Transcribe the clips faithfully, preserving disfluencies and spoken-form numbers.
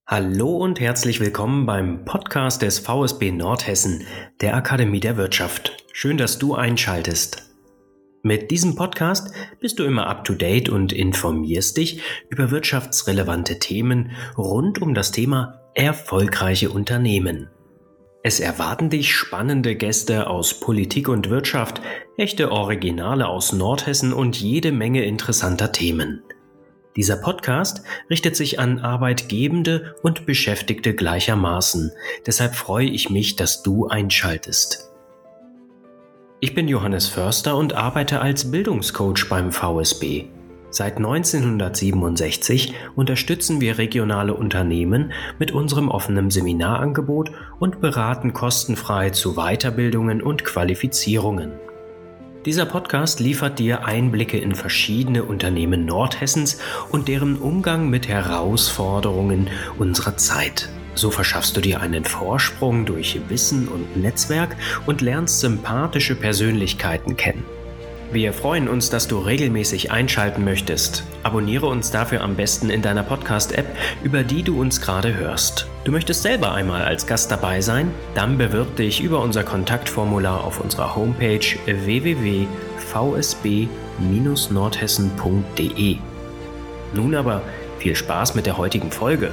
Hallo und herzlich willkommen beim Podcast des V S B Nordhessen, der Akademie der Wirtschaft. Schön, dass du einschaltest. Mit diesem Podcast bist du immer up to date und informierst dich über wirtschaftsrelevante Themen rund um das Thema erfolgreiche Unternehmen. Es erwarten dich spannende Gäste aus Politik und Wirtschaft, echte Originale aus Nordhessen und jede Menge interessanter Themen. Dieser Podcast richtet sich an Arbeitgebende und Beschäftigte gleichermaßen. Deshalb freue ich mich, dass du einschaltest. Ich bin Johannes Förster und arbeite als Bildungscoach beim V S B. Seit neunzehnhundertsiebenundsechzig unterstützen wir regionale Unternehmen mit unserem offenen Seminarangebot und beraten kostenfrei zu Weiterbildungen und Qualifizierungen. Dieser Podcast liefert dir Einblicke in verschiedene Unternehmen Nordhessens und deren Umgang mit Herausforderungen unserer Zeit. So verschaffst du dir einen Vorsprung durch Wissen und Netzwerk und lernst sympathische Persönlichkeiten kennen. Wir freuen uns, dass du regelmäßig einschalten möchtest. Abonniere uns dafür am besten in deiner Podcast-App, über die du uns gerade hörst. Du möchtest selber einmal als Gast dabei sein? Dann bewirb dich über unser Kontaktformular auf unserer Homepage w w w punkt v s b bindestrich nordhessen punkt d e. Nun aber viel Spaß mit der heutigen Folge.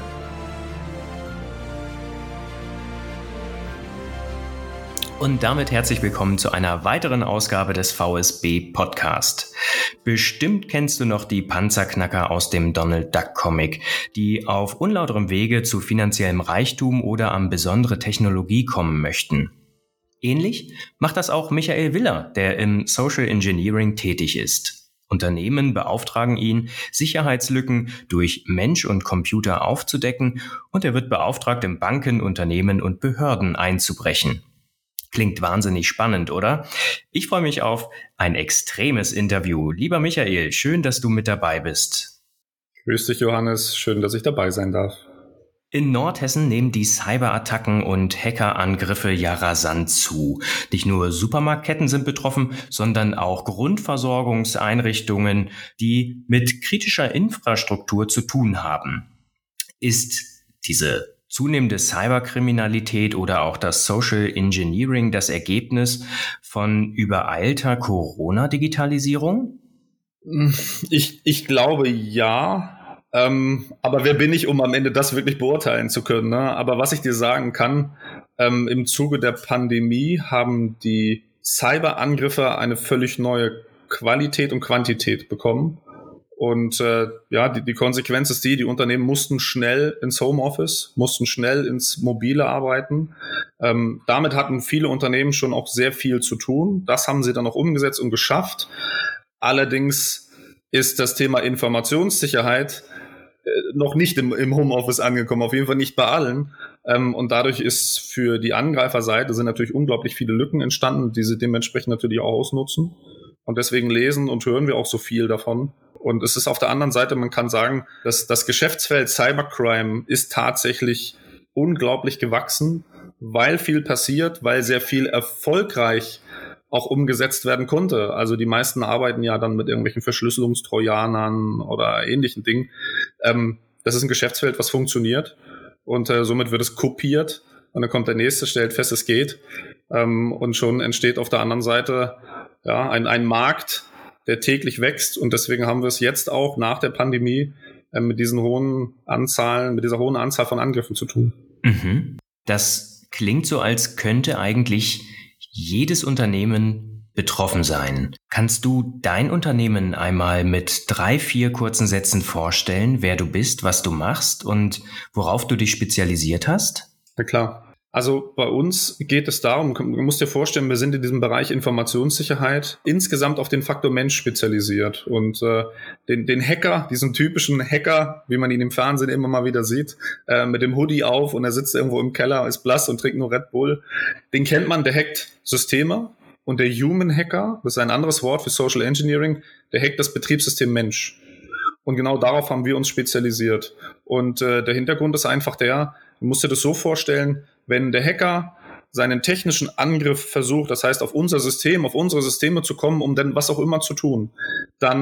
Und damit herzlich willkommen zu einer weiteren Ausgabe des V S B Podcast. Bestimmt kennst du noch die Panzerknacker aus dem Donald Duck Comic, die auf unlauterem Wege zu finanziellem Reichtum oder an besondere Technologie kommen möchten. Ähnlich macht das auch Michael Willer, der im Social Engineering tätig ist. Unternehmen beauftragen ihn, Sicherheitslücken durch Mensch und Computer aufzudecken, und er wird beauftragt, in Banken, Unternehmen und Behörden einzubrechen. Klingt wahnsinnig spannend, oder? Ich freue mich auf ein extremes Interview. Lieber Michael, schön, dass du mit dabei bist. Grüß dich, Johannes. Schön, dass ich dabei sein darf. In Nordhessen nehmen die Cyberattacken und Hackerangriffe ja rasant zu. Nicht nur Supermarktketten sind betroffen, sondern auch Grundversorgungseinrichtungen, die mit kritischer Infrastruktur zu tun haben. Ist diese zunehmende Cyberkriminalität oder auch das Social Engineering das Ergebnis von übereilter Corona-Digitalisierung? Ich, ich glaube ja, ähm, aber wer bin ich, um am Ende das wirklich beurteilen zu können? Ne? Aber was ich dir sagen kann, ähm, im Zuge der Pandemie haben die Cyberangriffe eine völlig neue Qualität und Quantität bekommen. Und äh, ja, die, die Konsequenz ist die, die Unternehmen mussten schnell ins Homeoffice, mussten schnell ins Mobile arbeiten. Ähm, damit hatten viele Unternehmen schon auch sehr viel zu tun. Das haben sie dann auch umgesetzt und geschafft. Allerdings ist das Thema Informationssicherheit äh, noch nicht im, im Homeoffice angekommen, auf jeden Fall nicht bei allen. Ähm, und dadurch ist für die Angreiferseite sind natürlich unglaublich viele Lücken entstanden, die sie dementsprechend natürlich auch ausnutzen. Und deswegen lesen und hören wir auch so viel davon. Und es ist auf der anderen Seite, man kann sagen, dass das Geschäftsfeld Cybercrime ist tatsächlich unglaublich gewachsen, weil viel passiert, weil sehr viel erfolgreich auch umgesetzt werden konnte. Also die meisten arbeiten ja dann mit irgendwelchen Verschlüsselungstrojanern oder ähnlichen Dingen. Ähm, das ist ein Geschäftsfeld, was funktioniert, und äh, somit wird es kopiert, und dann kommt der Nächste, stellt fest, es geht, ähm, und schon entsteht auf der anderen Seite ja ein, ein Markt, der täglich wächst, und deswegen haben wir es jetzt auch nach der Pandemie äh, mit diesen hohen Anzahlen, mit dieser hohen Anzahl von Angriffen zu tun. Mhm. Das klingt so, als könnte eigentlich jedes Unternehmen betroffen sein. Kannst du dein Unternehmen einmal mit drei, vier kurzen Sätzen vorstellen, wer du bist, was du machst und worauf du dich spezialisiert hast? Na klar. Also bei uns geht es darum, du musst dir vorstellen, wir sind in diesem Bereich Informationssicherheit insgesamt auf den Faktor Mensch spezialisiert, und äh, den, den Hacker, diesen typischen Hacker, wie man ihn im Fernsehen immer mal wieder sieht, äh, mit dem Hoodie auf, und er sitzt irgendwo im Keller, ist blass und trinkt nur Red Bull, den kennt man, der hackt Systeme. Und der Human Hacker, das ist ein anderes Wort für Social Engineering, der hackt das Betriebssystem Mensch. Und genau darauf haben wir uns spezialisiert. Und äh, der Hintergrund ist einfach der, du musst dir das so vorstellen, wenn der Hacker seinen technischen Angriff versucht, das heißt auf unser System, auf unsere Systeme zu kommen, um dann was auch immer zu tun, dann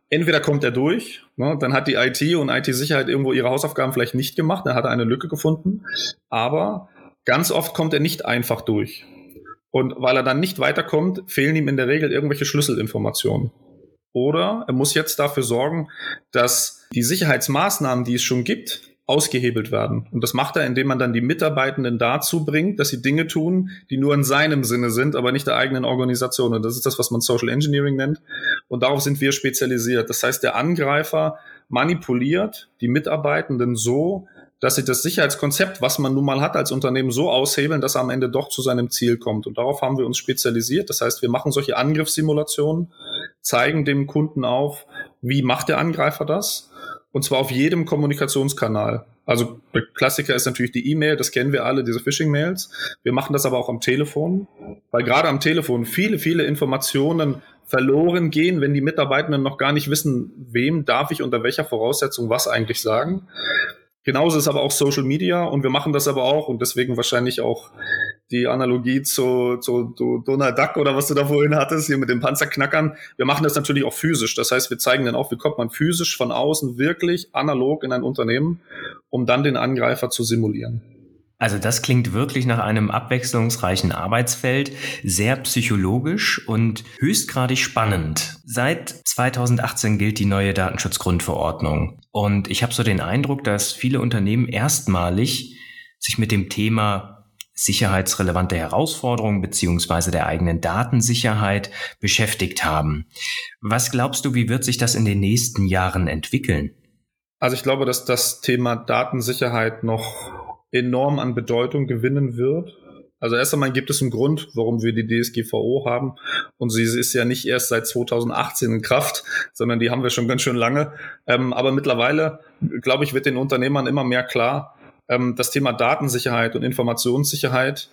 entweder kommt er durch, ne, dann hat die I T und I T-Sicherheit irgendwo ihre Hausaufgaben vielleicht nicht gemacht, dann hat er eine Lücke gefunden, aber ganz oft kommt er nicht einfach durch. Und weil er dann nicht weiterkommt, fehlen ihm in der Regel irgendwelche Schlüsselinformationen. Oder er muss jetzt dafür sorgen, dass die Sicherheitsmaßnahmen, die es schon gibt, ausgehebelt werden. Und das macht er, indem man dann die Mitarbeitenden dazu bringt, dass sie Dinge tun, die nur in seinem Sinne sind, aber nicht der eigenen Organisation. Und das ist das, was man Social Engineering nennt. Und darauf sind wir spezialisiert. Das heißt, der Angreifer manipuliert die Mitarbeitenden so, dass sie das Sicherheitskonzept, was man nun mal hat als Unternehmen, so aushebeln, dass er am Ende doch zu seinem Ziel kommt. Und darauf haben wir uns spezialisiert. Das heißt, wir machen solche Angriffssimulationen, zeigen dem Kunden auf, wie macht der Angreifer das? Und zwar auf jedem Kommunikationskanal. Also der Klassiker ist natürlich die E-Mail, das kennen wir alle, diese Phishing-Mails. Wir machen das aber auch am Telefon, weil gerade am Telefon viele, viele Informationen verloren gehen, wenn die Mitarbeitenden noch gar nicht wissen, wem darf ich unter welcher Voraussetzung was eigentlich sagen. Genauso ist aber auch Social Media und wir machen das aber auch und deswegen wahrscheinlich auch die Analogie zu, zu, zu Donald Duck oder was du da vorhin hattest, hier mit den Panzerknackern. Wir machen das natürlich auch physisch. Das heißt, wir zeigen dann auch, wie kommt man physisch von außen wirklich analog in ein Unternehmen, um dann den Angreifer zu simulieren. Also das klingt wirklich nach einem abwechslungsreichen Arbeitsfeld, sehr psychologisch und höchstgradig spannend. Seit zweitausendachtzehn gilt die neue Datenschutzgrundverordnung und ich habe so den Eindruck, dass viele Unternehmen erstmalig sich mit dem Thema sicherheitsrelevante Herausforderungen beziehungsweise der eigenen Datensicherheit beschäftigt haben. Was glaubst du, wie wird sich das in den nächsten Jahren entwickeln? Also ich glaube, dass das Thema Datensicherheit noch enorm an Bedeutung gewinnen wird. Also erst einmal gibt es einen Grund, warum wir die D S G V O haben und sie ist ja nicht erst seit zweitausendachtzehn in Kraft, sondern die haben wir schon ganz schön lange. Ähm, aber mittlerweile, glaube ich, wird den Unternehmern immer mehr klar, ähm, das Thema Datensicherheit und Informationssicherheit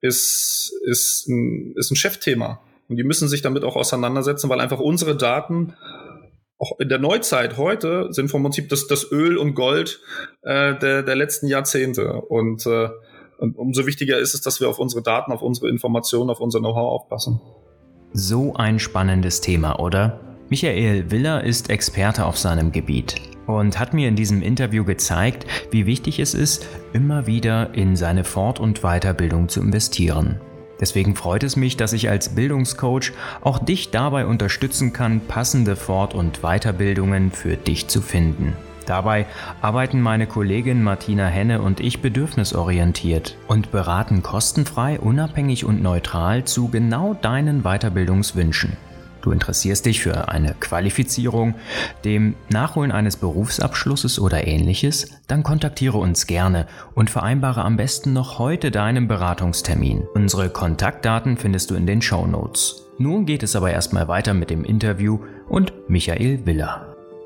ist, ist, ein, ist ein Chefthema und die müssen sich damit auch auseinandersetzen, weil einfach unsere Daten auch in der Neuzeit heute sind vom Prinzip das, das Öl und Gold äh, der, der letzten Jahrzehnte. Und, äh, und umso wichtiger ist es, dass wir auf unsere Daten, auf unsere Informationen, auf unser Know-how aufpassen. So ein spannendes Thema, oder? Michael Willer ist Experte auf seinem Gebiet und hat mir in diesem Interview gezeigt, wie wichtig es ist, immer wieder in seine Fort- und Weiterbildung zu investieren. Deswegen freut es mich, dass ich als Bildungscoach auch dich dabei unterstützen kann, passende Fort- und Weiterbildungen für dich zu finden. Dabei arbeiten meine Kollegin Martina Henne und ich bedürfnisorientiert und beraten kostenfrei, unabhängig und neutral zu genau deinen Weiterbildungswünschen. Du interessierst dich für eine Qualifizierung, dem Nachholen eines Berufsabschlusses oder ähnliches? Dann kontaktiere uns gerne und vereinbare am besten noch heute deinen Beratungstermin. Unsere Kontaktdaten findest du in den Shownotes. Nun geht es aber erstmal weiter mit dem Interview und Michael Willer.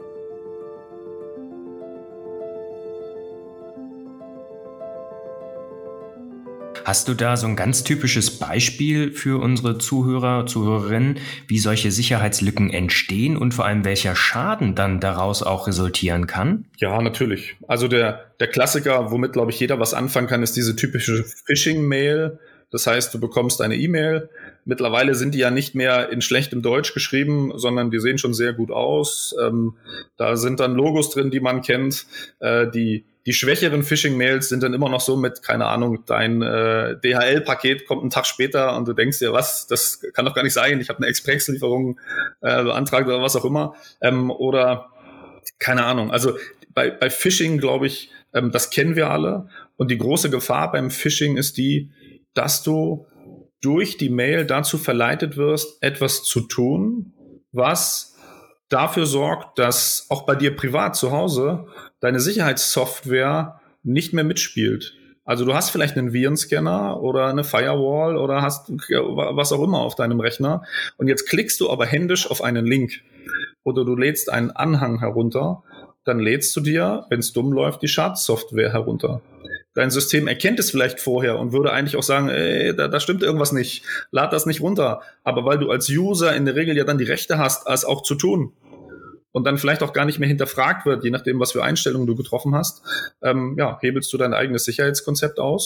Hast du da so ein ganz typisches Beispiel für unsere Zuhörer, Zuhörerinnen, wie solche Sicherheitslücken entstehen und vor allem welcher Schaden dann daraus auch resultieren kann? Ja, natürlich. Also der, der Klassiker, womit, glaube ich, jeder was anfangen kann, ist diese typische Phishing-Mail. Das heißt, du bekommst eine E-Mail. Mittlerweile sind die ja nicht mehr in schlechtem Deutsch geschrieben, sondern die sehen schon sehr gut aus. Ähm, da sind dann Logos drin, die man kennt. Äh, die Die schwächeren Phishing-Mails sind dann immer noch so mit, keine Ahnung, dein äh, D H L-Paket kommt einen Tag später und du denkst dir, was, das kann doch gar nicht sein, ich habe eine Expresslieferung äh, beantragt oder was auch immer. Ähm, oder, keine Ahnung, also bei, bei Phishing, glaube ich, ähm, das kennen wir alle. Und die große Gefahr beim Phishing ist die, dass du durch die Mail dazu verleitet wirst, etwas zu tun, was dafür sorgt, dass auch bei dir privat zu Hause deine Sicherheitssoftware nicht mehr mitspielt. Also du hast vielleicht einen Virenscanner oder eine Firewall oder hast was auch immer auf deinem Rechner und jetzt klickst du aber händisch auf einen Link oder du lädst einen Anhang herunter, dann lädst du dir, wenn es dumm läuft, die Schadsoftware herunter. Dein System erkennt es vielleicht vorher und würde eigentlich auch sagen, ey, da, da stimmt irgendwas nicht, lad das nicht runter. Aber weil du als User in der Regel ja dann die Rechte hast, es auch zu tun und dann vielleicht auch gar nicht mehr hinterfragt wird, je nachdem, was für Einstellungen du getroffen hast, ähm, ja, hebelst du dein eigenes Sicherheitskonzept aus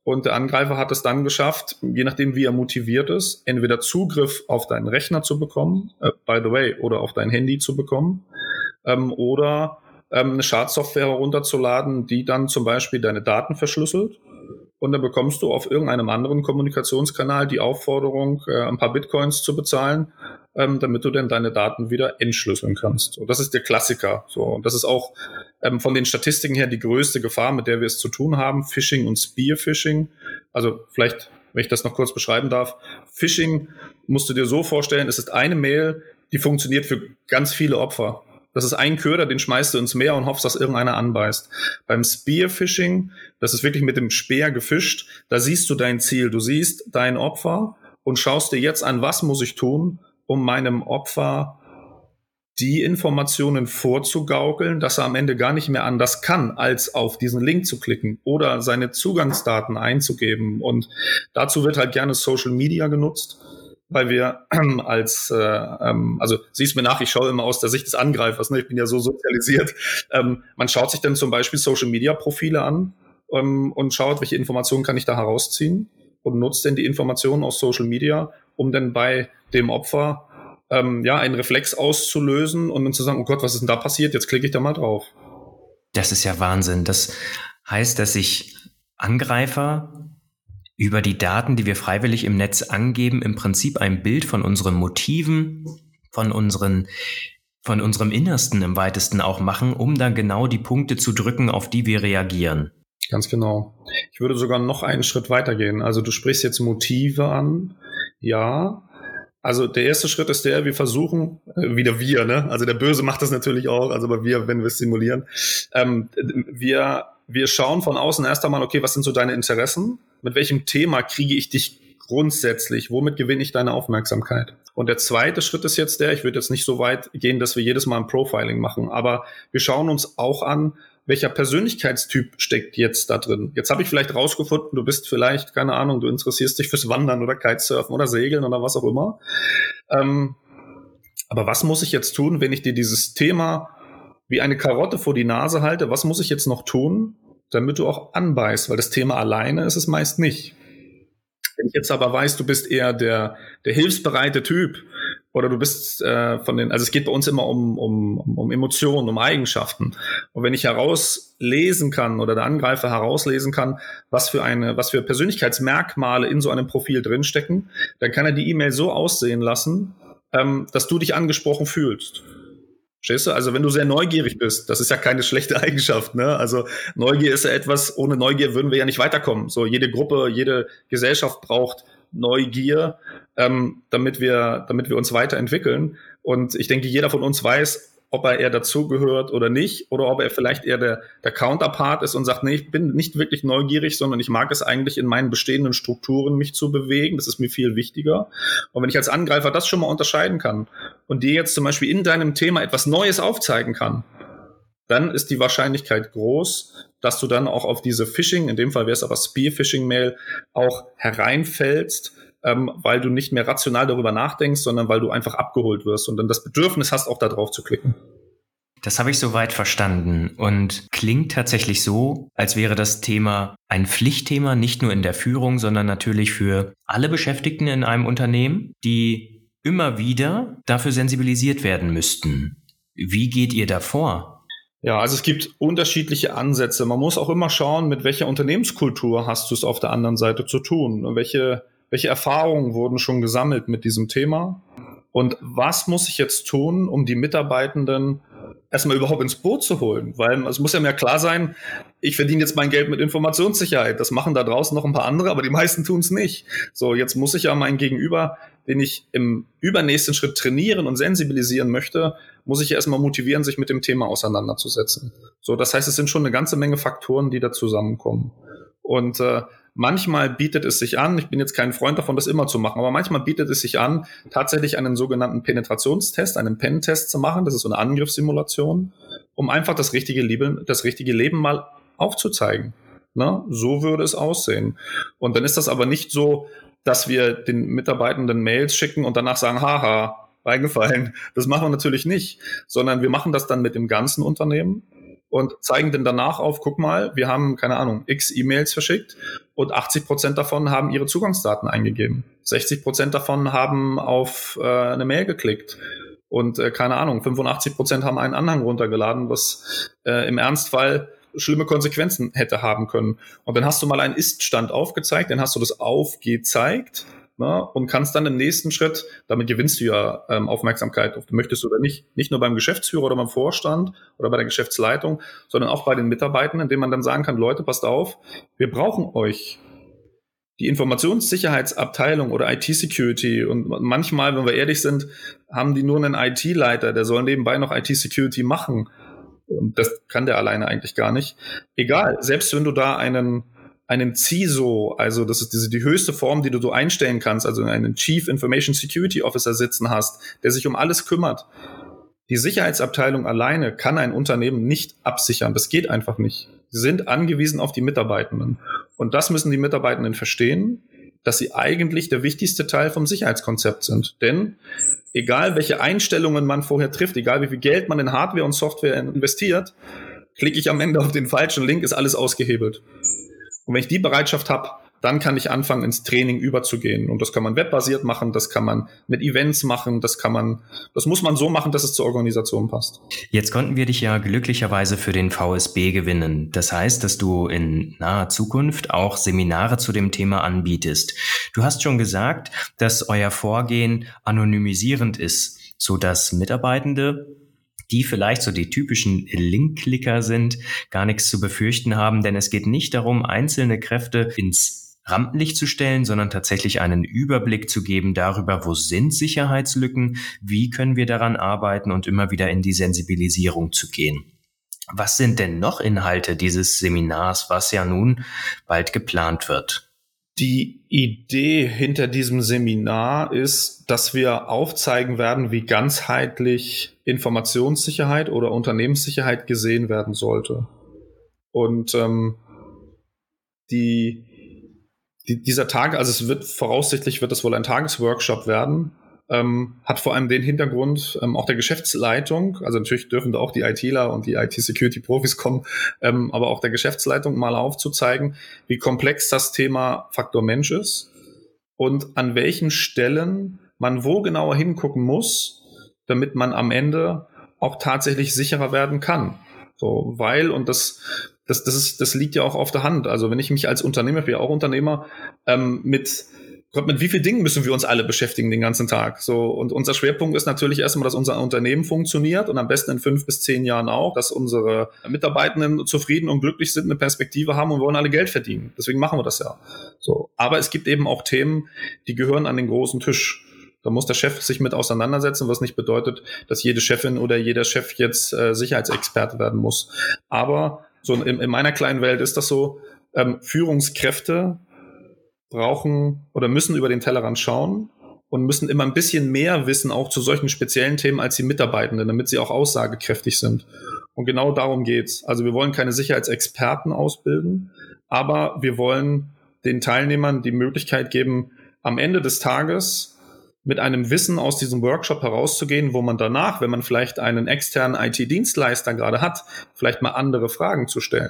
Und der Angreifer hat es dann geschafft, je nachdem wie er motiviert ist, entweder Zugriff auf deinen Rechner zu bekommen, äh, by the way, oder auf dein Handy zu bekommen, ähm, oder ähm, eine Schadsoftware herunterzuladen, die dann zum Beispiel deine Daten verschlüsselt. Und dann bekommst du auf irgendeinem anderen Kommunikationskanal die Aufforderung, äh, ein paar Bitcoins zu bezahlen, ähm, damit du dann deine Daten wieder entschlüsseln kannst. Und das ist der Klassiker. So, und das ist auch ähm, von den Statistiken her die größte Gefahr, mit der wir es zu tun haben. Phishing und Spear-Phishing. Also vielleicht, wenn ich das noch kurz beschreiben darf. Phishing musst du dir so vorstellen, es ist eine Mail, die funktioniert für ganz viele Opfer. Das ist ein Köder, den schmeißt du ins Meer und hoffst, dass irgendeiner anbeißt. Beim Spearfishing, das ist wirklich mit dem Speer gefischt, da siehst du dein Ziel, du siehst dein Opfer und schaust dir jetzt an, was muss ich tun, um meinem Opfer die Informationen vorzugaukeln, dass er am Ende gar nicht mehr anders kann, als auf diesen Link zu klicken oder seine Zugangsdaten einzugeben. Und dazu wird halt gerne Social Media genutzt, weil wir ähm, als, äh, ähm, also siehst mir nach, ich schaue immer aus der Sicht des Angreifers, ne? Ich bin ja so sozialisiert. Ähm, man schaut sich dann zum Beispiel Social-Media-Profile an ähm, und schaut, welche Informationen kann ich da herausziehen und nutzt dann die Informationen aus Social Media, um dann bei dem Opfer ähm, ja einen Reflex auszulösen und dann zu sagen, oh Gott, was ist denn da passiert? Jetzt klicke ich da mal drauf. Das ist ja Wahnsinn. Das heißt, dass sich Angreifer über die Daten, die wir freiwillig im Netz angeben, im Prinzip ein Bild von unseren Motiven, von unseren, von unserem Innersten im weitesten auch machen, um dann genau die Punkte zu drücken, auf die wir reagieren. Ganz genau. Ich würde sogar noch einen Schritt weitergehen. Also du sprichst jetzt Motive an. Ja. Also der erste Schritt ist der, wir versuchen, äh, wieder wir, ne? Also der Böse macht das natürlich auch, also aber wir, wenn wir es simulieren. Ähm, wir, wir schauen von außen erst einmal, okay, was sind so deine Interessen? Mit welchem Thema kriege ich dich grundsätzlich? Womit gewinne ich deine Aufmerksamkeit? Und der zweite Schritt ist jetzt der, ich würde jetzt nicht so weit gehen, dass wir jedes Mal ein Profiling machen, aber wir schauen uns auch an, welcher Persönlichkeitstyp steckt jetzt da drin? Jetzt habe ich vielleicht rausgefunden, du bist vielleicht, keine Ahnung, du interessierst dich fürs Wandern oder Kitesurfen oder Segeln oder was auch immer. Ähm, aber was muss ich jetzt tun, wenn ich dir dieses Thema wie eine Karotte vor die Nase halte? Was muss ich jetzt noch tun, damit du auch anbeißt? Weil das Thema alleine ist es meist nicht. Wenn ich jetzt aber weiß, du bist eher der, der hilfsbereite Typ oder du bist äh, von den, also es geht bei uns immer um, um, um Emotionen, um Eigenschaften. Und wenn ich herauslesen kann oder der Angreifer herauslesen kann, was für eine, was für Persönlichkeitsmerkmale in so einem Profil drinstecken, dann kann er die E-Mail so aussehen lassen, ähm, dass du dich angesprochen fühlst. Verstehst du? Also wenn du sehr neugierig bist, das ist ja keine schlechte Eigenschaft, ne? Also Neugier ist ja etwas, ohne Neugier würden wir ja nicht weiterkommen. So jede Gruppe, jede Gesellschaft braucht Neugier, ähm, damit wir, damit wir uns weiterentwickeln. Und ich denke, jeder von uns weiß, ob er eher dazugehört oder nicht, oder ob er vielleicht eher der, der Counterpart ist und sagt, nee, ich bin nicht wirklich neugierig, sondern ich mag es eigentlich in meinen bestehenden Strukturen mich zu bewegen. Das ist mir viel wichtiger. Und wenn ich als Angreifer das schon mal unterscheiden kann und dir jetzt zum Beispiel in deinem Thema etwas Neues aufzeigen kann, dann ist die Wahrscheinlichkeit groß, dass du dann auch auf diese Phishing, in dem Fall wäre es aber Spear-Phishing-Mail, auch hereinfällst, ähm, weil du nicht mehr rational darüber nachdenkst, sondern weil du einfach abgeholt wirst und dann das Bedürfnis hast, auch da drauf zu klicken. Das habe ich soweit verstanden und klingt tatsächlich so, als wäre das Thema ein Pflichtthema, nicht nur in der Führung, sondern natürlich für alle Beschäftigten in einem Unternehmen, die immer wieder dafür sensibilisiert werden müssten. Wie geht ihr da vor? Ja, also es gibt unterschiedliche Ansätze. Man muss auch immer schauen, mit welcher Unternehmenskultur hast du es auf der anderen Seite zu tun und welche Welche Erfahrungen wurden schon gesammelt mit diesem Thema? Und was muss ich jetzt tun, um die Mitarbeitenden erstmal überhaupt ins Boot zu holen? Weil es muss ja mir klar sein, ich verdiene jetzt mein Geld mit Informationssicherheit. Das machen da draußen noch ein paar andere, aber die meisten tun es nicht. So, jetzt muss ich ja mein Gegenüber, den ich im übernächsten Schritt trainieren und sensibilisieren möchte, muss ich erstmal motivieren, sich mit dem Thema auseinanderzusetzen. So, das heißt, es sind schon eine ganze Menge Faktoren, die da zusammenkommen. Und äh, manchmal bietet es sich an, ich bin jetzt kein Freund davon, das immer zu machen, aber manchmal bietet es sich an, tatsächlich einen sogenannten Penetrationstest, einen Pen-Test zu machen, das ist so eine Angriffssimulation, um einfach das richtige Leben, das richtige Leben mal aufzuzeigen. Ne? So würde es aussehen. Und dann ist das aber nicht so, dass wir den Mitarbeitenden Mails schicken und danach sagen, haha, reingefallen. Das machen wir natürlich nicht, sondern wir machen das dann mit dem ganzen Unternehmen. und zeigen dann danach auf, guck mal, wir haben, keine Ahnung, x E-Mails verschickt und achtzig Prozent davon haben ihre Zugangsdaten eingegeben. sechzig Prozent davon haben auf äh, eine Mail geklickt. Und äh, keine Ahnung, fünfundachtzig Prozent haben einen Anhang runtergeladen, was äh, im Ernstfall schlimme Konsequenzen hätte haben können. Und dann hast du mal einen Ist-Stand aufgezeigt, dann hast du das aufgezeigt, ne, und kannst dann im nächsten Schritt, damit gewinnst du ja ähm, Aufmerksamkeit, ob du möchtest oder nicht, nicht nur beim Geschäftsführer oder beim Vorstand oder bei der Geschäftsleitung, sondern auch bei den Mitarbeitenden, indem man dann sagen kann, Leute, passt auf, wir brauchen euch. Die Informationssicherheitsabteilung oder I T-Security, und manchmal, wenn wir ehrlich sind, haben die nur einen I T-Leiter, der soll nebenbei noch I T-Security machen. Und das kann der alleine eigentlich gar nicht. Egal, selbst wenn du da einen, einen C I S O, also das ist diese, die höchste Form, die du so einstellen kannst, also einen Chief Information Security Officer sitzen hast, der sich um alles kümmert. Die Sicherheitsabteilung alleine kann ein Unternehmen nicht absichern. Das geht einfach nicht. Sie sind angewiesen auf die Mitarbeitenden. Und das müssen die Mitarbeitenden verstehen, dass sie eigentlich der wichtigste Teil vom Sicherheitskonzept sind. Denn egal, welche Einstellungen man vorher trifft, egal wie viel Geld man in Hardware und Software investiert, klicke ich am Ende auf den falschen Link, ist alles ausgehebelt. Und wenn ich die Bereitschaft habe, dann kann ich anfangen, ins Training überzugehen. Und das kann man webbasiert machen, das kann man mit Events machen, das kann man, das muss man so machen, dass es zur Organisation passt. Jetzt konnten wir dich ja glücklicherweise für den V S B gewinnen. Das heißt, dass du in naher Zukunft auch Seminare zu dem Thema anbietest. Du hast schon gesagt, dass euer Vorgehen anonymisierend ist, sodass Mitarbeitende, die vielleicht so die typischen Link-Klicker sind, gar nichts zu befürchten haben, denn es geht nicht darum, einzelne Kräfte ins Rampenlicht zu stellen, sondern tatsächlich einen Überblick zu geben darüber, wo sind Sicherheitslücken, wie können wir daran arbeiten und immer wieder in die Sensibilisierung zu gehen. Was sind denn noch Inhalte dieses Seminars, was ja nun bald geplant wird? Die Idee hinter diesem Seminar ist, dass wir aufzeigen werden, wie ganzheitlich Informationssicherheit oder Unternehmenssicherheit gesehen werden sollte. Und ähm, die Die, dieser Tag, also es wird voraussichtlich, wird das wohl ein Tagesworkshop werden, ähm, hat vor allem den Hintergrund ähm, auch der Geschäftsleitung, also natürlich dürfen da auch die ITler und die I T-Security-Profis kommen, ähm, aber auch der Geschäftsleitung mal aufzuzeigen, wie komplex das Thema Faktor Mensch ist und an welchen Stellen man wo genauer hingucken muss, damit man am Ende auch tatsächlich sicherer werden kann. So, weil, und das Das, das, ist, das liegt ja auch auf der Hand. Also wenn ich mich als Unternehmer, ich bin ja auch Unternehmer, ähm, mit, Gott, mit wie vielen Dingen müssen wir uns alle beschäftigen den ganzen Tag? So, und unser Schwerpunkt ist natürlich erstmal, dass unser Unternehmen funktioniert und am besten in fünf bis zehn Jahren auch, dass unsere Mitarbeitenden zufrieden und glücklich sind, eine Perspektive haben und wollen alle Geld verdienen. Deswegen machen wir das ja. So, aber es gibt eben auch Themen, die gehören an den großen Tisch. Da muss der Chef sich mit auseinandersetzen, was nicht bedeutet, dass jede Chefin oder jeder Chef jetzt äh, Sicherheitsexperte werden muss. Aber so in, in meiner kleinen Welt ist das so, ähm, Führungskräfte brauchen oder müssen über den Tellerrand schauen und müssen immer ein bisschen mehr wissen, auch zu solchen speziellen Themen als die Mitarbeitenden, damit sie auch aussagekräftig sind. Und genau darum geht's. Also wir wollen keine Sicherheitsexperten ausbilden, aber wir wollen den Teilnehmern die Möglichkeit geben, am Ende des Tages mit einem Wissen aus diesem Workshop herauszugehen, wo man danach, wenn man vielleicht einen externen I T-Dienstleister gerade hat, vielleicht mal andere Fragen zu stellen.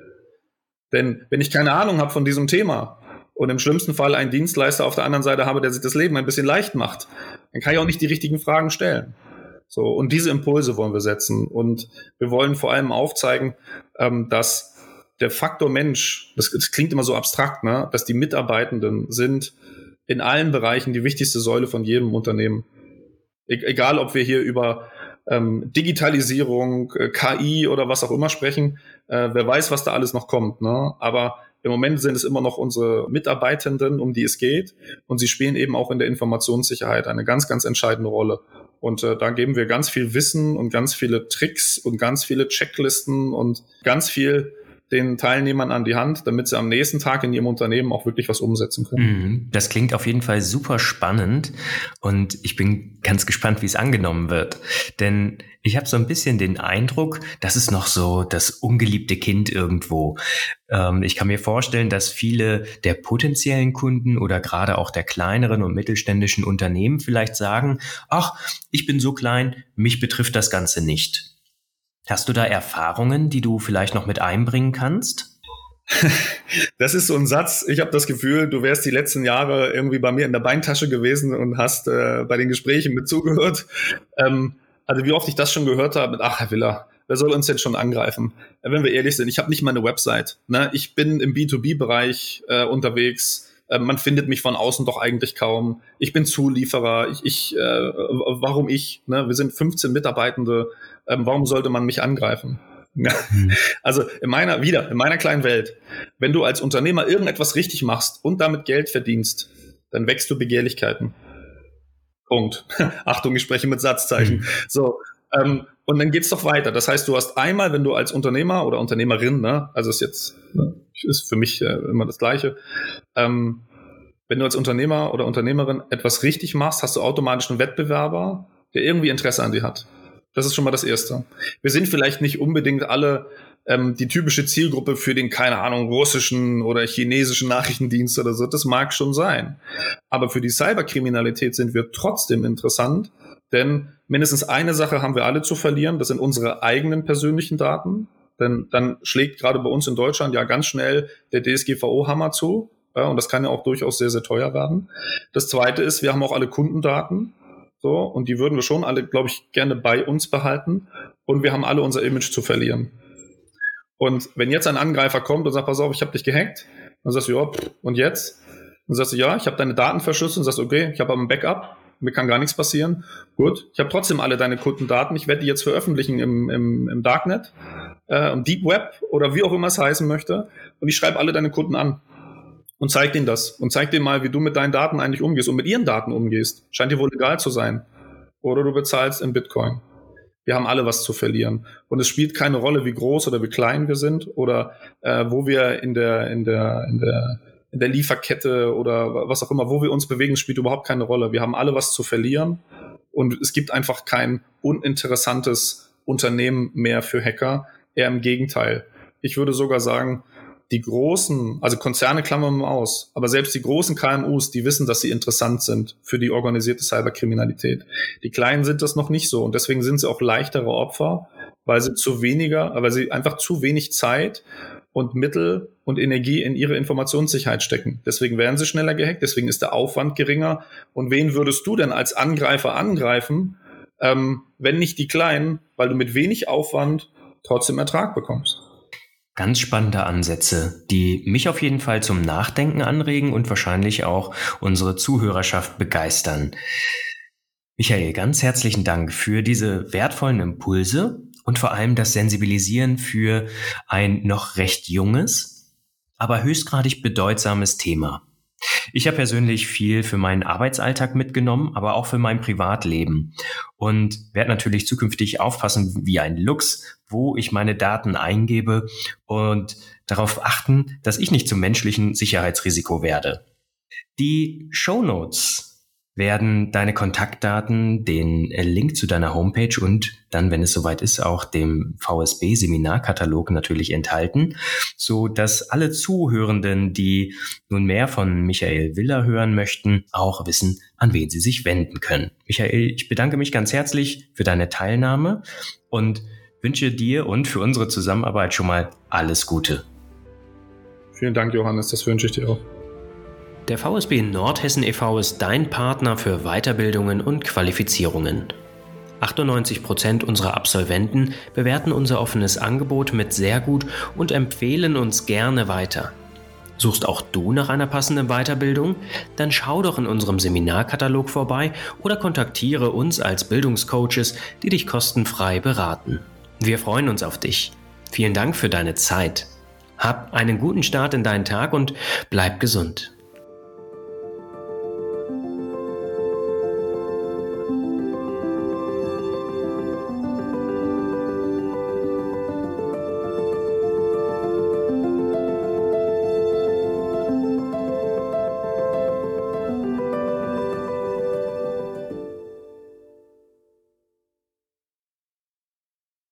Denn wenn ich keine Ahnung habe von diesem Thema und im schlimmsten Fall einen Dienstleister auf der anderen Seite habe, der sich das Leben ein bisschen leicht macht, dann kann ich auch nicht die richtigen Fragen stellen. So, und diese Impulse wollen wir setzen. Und wir wollen vor allem aufzeigen, ähm, dass der Faktor Mensch, das, das klingt immer so abstrakt, ne, dass die Mitarbeitenden sind in allen Bereichen die wichtigste Säule von jedem Unternehmen. E- egal, ob wir hier über ähm, Digitalisierung, äh, K I oder was auch immer sprechen, äh, wer weiß, was da alles noch kommt. Ne? Aber im Moment sind es immer noch unsere Mitarbeitenden, um die es geht. Und sie spielen eben auch in der Informationssicherheit eine ganz, ganz entscheidende Rolle. Und äh, da geben wir ganz viel Wissen und ganz viele Tricks und ganz viele Checklisten und ganz viel den Teilnehmern an die Hand, damit sie am nächsten Tag in ihrem Unternehmen auch wirklich was umsetzen können. Das klingt auf jeden Fall super spannend und ich bin ganz gespannt, wie es angenommen wird. Denn ich habe so ein bisschen den Eindruck, das ist noch so das ungeliebte Kind irgendwo. Ähm, ich kann mir vorstellen, dass viele der potenziellen Kunden oder gerade auch der kleineren und mittelständischen Unternehmen vielleicht sagen, ach, ich bin so klein, mich betrifft das Ganze nicht. Hast du da Erfahrungen, die du vielleicht noch mit einbringen kannst? Das ist so ein Satz, ich habe das Gefühl, du wärst die letzten Jahre irgendwie bei mir in der Beintasche gewesen und hast äh, bei den Gesprächen mit zugehört. Ähm, also wie oft ich das schon gehört habe, ach Herr Willer, wer soll uns denn schon angreifen? Äh, wenn wir ehrlich sind, ich habe nicht mal eine Website. Ne? Ich bin im B zwei B-Bereich äh, unterwegs. Äh, man findet mich von außen doch eigentlich kaum. Ich bin Zulieferer. Ich, ich, äh, warum ich? Ne? Wir sind fünfzehn Mitarbeitende. Ähm, warum sollte man mich angreifen? Also in meiner, wieder, in meiner kleinen Welt, wenn du als Unternehmer irgendetwas richtig machst und damit Geld verdienst, dann wächst du Begehrlichkeiten. Punkt. Achtung, ich spreche mit Satzzeichen. Mhm. So, ähm, und dann geht's doch weiter. Das heißt, du hast einmal, wenn du als Unternehmer oder Unternehmerin, ne, also ist jetzt, ne, ist für mich äh, immer das Gleiche, ähm, wenn du als Unternehmer oder Unternehmerin etwas richtig machst, hast du automatisch einen Wettbewerber, der irgendwie Interesse an dir hat. Das ist schon mal das Erste. Wir sind vielleicht nicht unbedingt alle ähm, die typische Zielgruppe für den, keine Ahnung, russischen oder chinesischen Nachrichtendienst oder so. Das mag schon sein. Aber für die Cyberkriminalität sind wir trotzdem interessant, denn mindestens eine Sache haben wir alle zu verlieren. Das sind unsere eigenen persönlichen Daten. Denn dann schlägt gerade bei uns in Deutschland ja ganz schnell der D S G V O-Hammer zu. Ja, und das kann ja auch durchaus sehr, sehr teuer werden. Das Zweite ist, wir haben auch alle Kundendaten. So, und die würden wir schon alle, glaube ich, gerne bei uns behalten. Und wir haben alle unser Image zu verlieren. Und wenn jetzt ein Angreifer kommt und sagt, pass auf, ich habe dich gehackt, dann sagst du, ja, und jetzt? Dann sagst du, ja, ich habe deine Daten verschlüsselt und sagst, okay, ich habe aber ein Backup, mir kann gar nichts passieren. Gut, ich habe trotzdem alle deine Kundendaten, ich werde die jetzt veröffentlichen im, im, im Darknet, äh, im Deep Web oder wie auch immer es heißen möchte. Und ich schreibe alle deine Kunden an. Und zeig denen das. Und zeig denen mal, wie du mit deinen Daten eigentlich umgehst und mit ihren Daten umgehst. Scheint dir wohl egal zu sein. Oder du bezahlst in Bitcoin. Wir haben alle was zu verlieren. Und es spielt keine Rolle, wie groß oder wie klein wir sind oder äh, wo wir in der, in der, in der, in der Lieferkette oder was auch immer, wo wir uns bewegen, spielt überhaupt keine Rolle. Wir haben alle was zu verlieren. Und es gibt einfach kein uninteressantes Unternehmen mehr für Hacker. Eher im Gegenteil. Ich würde sogar sagen, die großen, also Konzerne klammern wir mal aus, aber selbst die großen K M Us, die wissen, dass sie interessant sind für die organisierte Cyberkriminalität. Die Kleinen sind das noch nicht so und deswegen sind sie auch leichtere Opfer, weil sie zu weniger, weil sie einfach zu wenig Zeit und Mittel und Energie in ihre Informationssicherheit stecken. Deswegen werden sie schneller gehackt, deswegen ist der Aufwand geringer. Und wen würdest du denn als Angreifer angreifen, ähm, wenn nicht die Kleinen, weil du mit wenig Aufwand trotzdem Ertrag bekommst? Ganz spannende Ansätze, die mich auf jeden Fall zum Nachdenken anregen und wahrscheinlich auch unsere Zuhörerschaft begeistern. Michael, ganz herzlichen Dank für diese wertvollen Impulse und vor allem das Sensibilisieren für ein noch recht junges, aber höchstgradig bedeutsames Thema. Ich habe persönlich viel für meinen Arbeitsalltag mitgenommen, aber auch für mein Privatleben und werde natürlich zukünftig aufpassen wie ein Luchs, wo ich meine Daten eingebe und darauf achten, dass ich nicht zum menschlichen Sicherheitsrisiko werde. Die Shownotes werden deine Kontaktdaten, den Link zu deiner Homepage und dann, wenn es soweit ist, auch dem V S B-Seminarkatalog natürlich enthalten, so dass alle Zuhörenden, die nun mehr von Michael Willer hören möchten, auch wissen, an wen sie sich wenden können. Michael, ich bedanke mich ganz herzlich für deine Teilnahme und wünsche dir und für unsere Zusammenarbeit schon mal alles Gute. Vielen Dank, Johannes, das wünsche ich dir auch. Der V S B Nordhessen e V ist dein Partner für Weiterbildungen und Qualifizierungen. achtundneunzig Prozent unserer Absolventen bewerten unser offenes Angebot mit sehr gut und empfehlen uns gerne weiter. Suchst auch du nach einer passenden Weiterbildung? Dann schau doch in unserem Seminarkatalog vorbei oder kontaktiere uns als Bildungscoaches, die dich kostenfrei beraten. Wir freuen uns auf dich. Vielen Dank für deine Zeit. Hab einen guten Start in deinen Tag und bleib gesund.